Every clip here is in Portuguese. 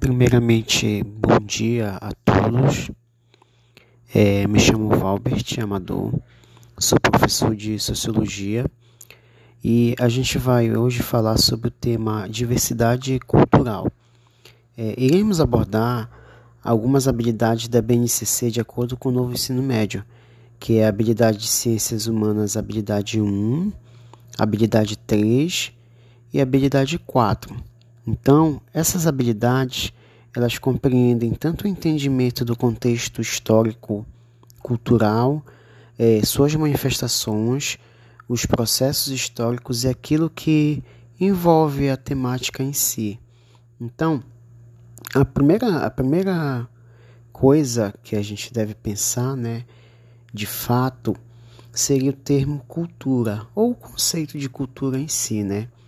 Primeiramente, bom dia a todos. Me chamo Valbert Amador, sou professor de Sociologia e a gente vai hoje falar sobre o tema diversidade cultural. Iremos abordar algumas habilidades da BNCC de acordo com o novo ensino médio, que é a habilidade de ciências humanas, habilidade 1, habilidade 3 e habilidade 4. Então, essas habilidades, elas compreendem tanto o entendimento do contexto histórico, cultural, suas manifestações, os processos históricos e aquilo que envolve a temática em si. Então, a primeira coisa que a gente deve pensar, de fato, seria o termo cultura, ou o conceito de cultura em si,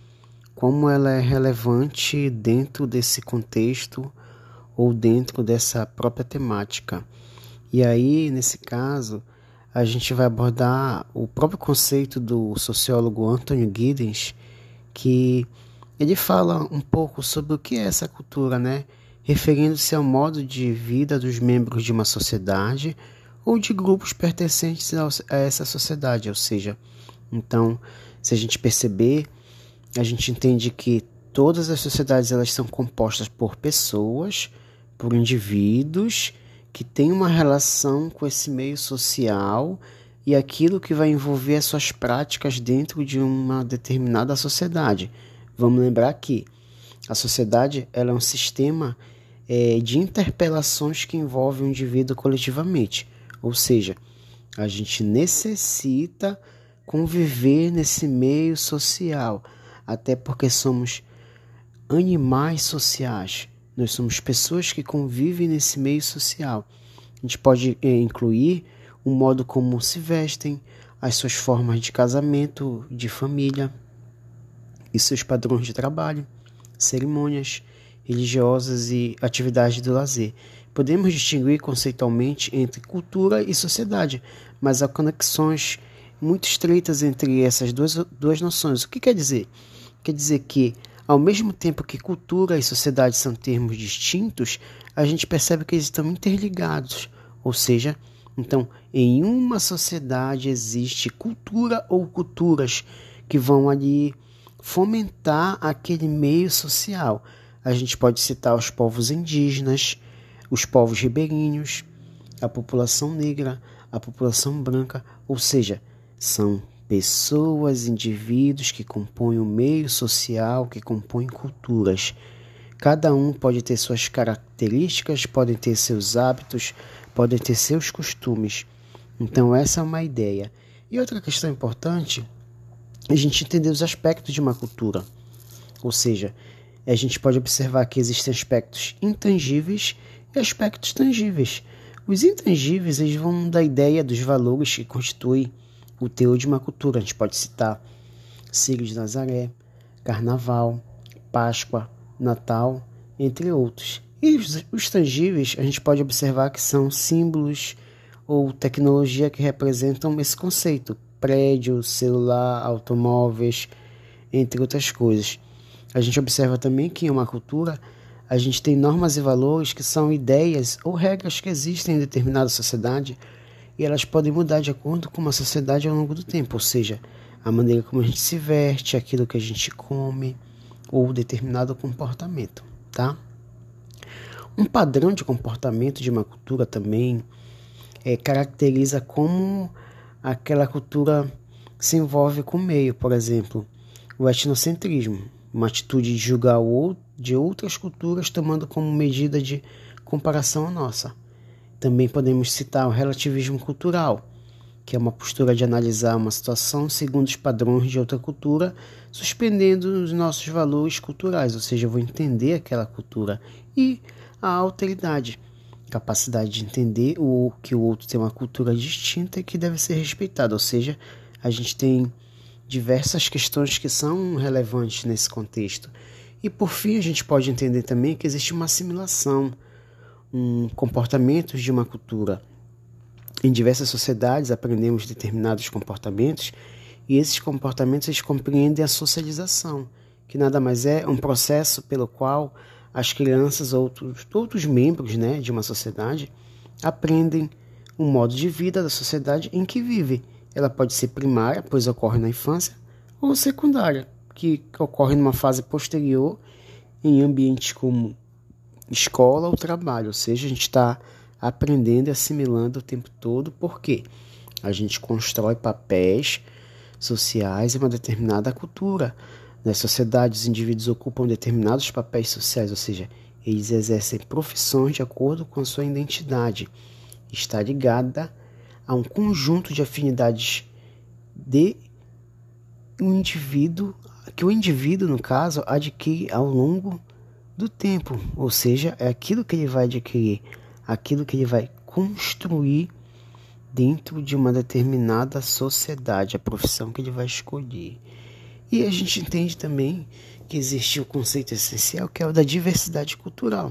como ela é relevante dentro desse contexto ou dentro dessa própria temática. E aí, nesse caso, a gente vai abordar o próprio conceito do sociólogo Anthony Giddens, que ele fala um pouco sobre o que é essa cultura, referindo-se ao modo de vida dos membros de uma sociedade ou de grupos pertencentes a essa sociedade, ou seja, então, se a gente perceber, a gente entende que todas as sociedades elas são compostas por pessoas, por indivíduos que têm uma relação com esse meio social e aquilo que vai envolver as suas práticas dentro de uma determinada sociedade. Vamos lembrar que a sociedade ela é um sistema de interpelações que envolve o indivíduo coletivamente, ou seja, a gente necessita conviver nesse meio social, até porque somos animais sociais, nós somos pessoas que convivem nesse meio social. A gente pode incluir o modo como se vestem, as suas formas de casamento, de família e seus padrões de trabalho, cerimônias religiosas e atividades do lazer. Podemos distinguir conceitualmente entre cultura e sociedade, mas há conexões muito estreitas entre essas duas noções. O que quer dizer? Quer dizer que, ao mesmo tempo que cultura e sociedade são termos distintos, a gente percebe que eles estão interligados. Ou seja, então, em uma sociedade existe cultura ou culturas que vão ali fomentar aquele meio social. A gente pode citar os povos indígenas, os povos ribeirinhos, a população negra, a população branca, ou seja, são pessoas, indivíduos que compõem o meio social, que compõem culturas. Cada um pode ter suas características, podem ter seus hábitos, podem ter seus costumes. Então essa é uma ideia. E outra questão importante é a gente entender os aspectos de uma cultura. Ou seja, a gente pode observar que existem aspectos intangíveis e aspectos tangíveis. Os intangíveis eles vão da ideia dos valores que constituem o teor de uma cultura. A gente pode citar Círio de Nazaré, Carnaval, Páscoa, Natal, entre outros. E os tangíveis a gente pode observar que são símbolos ou tecnologia que representam esse conceito. Prédio, celular, automóveis, entre outras coisas. A gente observa também que em uma cultura a gente tem normas e valores que são ideias ou regras que existem em determinada sociedade e elas podem mudar de acordo com uma sociedade ao longo do tempo, ou seja, a maneira como a gente se veste, aquilo que a gente come ou determinado comportamento, tá? Um padrão de comportamento de uma cultura também caracteriza como aquela cultura se envolve com o meio, por exemplo, o etnocentrismo, uma atitude de julgar de outras culturas tomando como medida de comparação à nossa. Também podemos citar o relativismo cultural, que é uma postura de analisar uma situação segundo os padrões de outra cultura, suspendendo os nossos valores culturais, ou seja, eu vou entender aquela cultura. E a alteridade, capacidade de entender que o outro tem uma cultura distinta e que deve ser respeitada, ou seja, a gente tem diversas questões que são relevantes nesse contexto. E por fim, a gente pode entender também que existe uma assimilação, comportamentos de uma cultura. Em diversas sociedades aprendemos determinados comportamentos e esses comportamentos eles compreendem a socialização, que nada mais é um processo pelo qual as crianças, outros membros, né, de uma sociedade, aprendem o modo de vida da sociedade em que vive. Ela pode ser primária, pois ocorre na infância, ou secundária, que ocorre numa fase posterior em ambientes como escola ou trabalho. Ou seja, a gente está aprendendo e assimilando o tempo todo, porque a gente constrói papéis sociais em uma determinada cultura. Nas sociedades, os indivíduos ocupam determinados papéis sociais, ou seja, eles exercem profissões de acordo com a sua identidade. Está ligada a um conjunto de afinidades de um indivíduo, que o indivíduo, no caso, adquire ao longo do tempo. Ou seja, é aquilo que ele vai adquirir, aquilo que ele vai construir dentro de uma determinada sociedade, a profissão que ele vai escolher. E a gente entende também que existe o conceito essencial, que é o da diversidade cultural.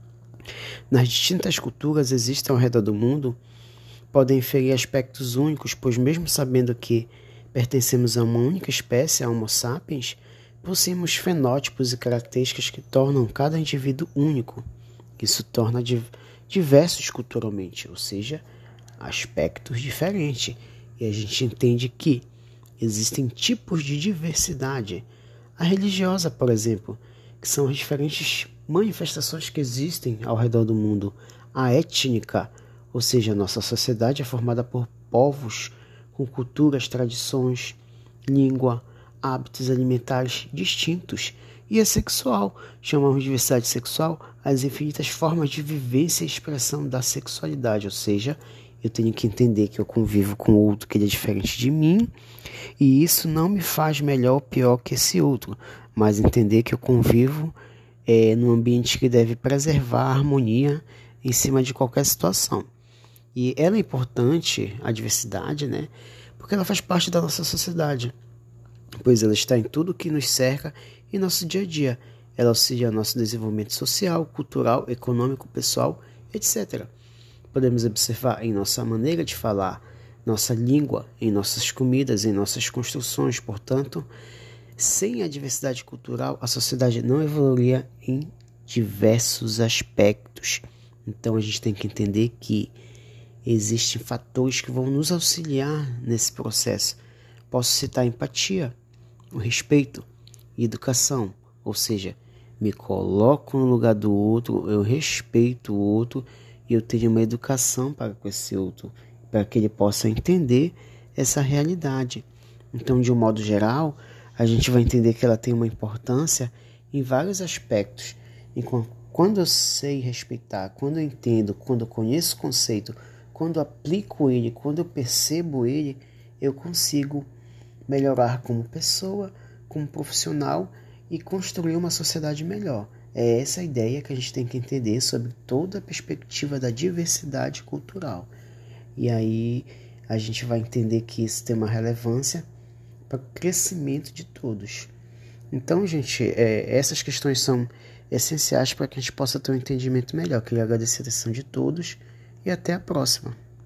Nas distintas culturas existem ao redor do mundo, podem inferir aspectos únicos, pois mesmo sabendo que pertencemos a uma única espécie, a Homo sapiens, possuímos fenótipos e características que tornam cada indivíduo único. Isso torna diversos culturalmente, ou seja, aspectos diferentes. E a gente entende que existem tipos de diversidade. A religiosa, por exemplo, que são as diferentes manifestações que existem ao redor do mundo. A étnica, ou seja, nossa sociedade é formada por povos com culturas, tradições, língua, hábitos alimentares distintos. E a sexual, chamamos de diversidade sexual as infinitas formas de vivência e expressão da sexualidade, ou seja, eu tenho que entender que eu convivo com outro que ele é diferente de mim, e isso não me faz melhor ou pior que esse outro, mas entender que eu convivo num ambiente que deve preservar a harmonia em cima de qualquer situação. E ela é importante, a diversidade, né? Porque ela faz parte da nossa sociedade, pois ela está em tudo que nos cerca em nosso dia a dia. Ela auxilia nosso desenvolvimento social, cultural, econômico, pessoal, etc. Podemos observar em nossa maneira de falar, nossa língua, em nossas comidas, em nossas construções. Portanto, sem a diversidade cultural, a sociedade não evoluiria em diversos aspectos. Então, a gente tem que entender que existem fatores que vão nos auxiliar nesse processo. Posso citar empatia, o respeito e educação, ou seja, me coloco no lugar do outro, eu respeito o outro e eu tenho uma educação para com esse outro, para que ele possa entender essa realidade. Então, de um modo geral, a gente vai entender que ela tem uma importância em vários aspectos. Quando eu sei respeitar, quando eu entendo, quando eu conheço o conceito, quando eu aplico ele, quando eu percebo ele, eu consigo melhorar como pessoa, como profissional e construir uma sociedade melhor. É essa a ideia que a gente tem que entender sobre toda a perspectiva da diversidade cultural. E aí a gente vai entender que isso tem uma relevância para o crescimento de todos. Então, gente, essas questões são essenciais para que a gente possa ter um entendimento melhor. Queria agradecer a atenção de todos e até a próxima.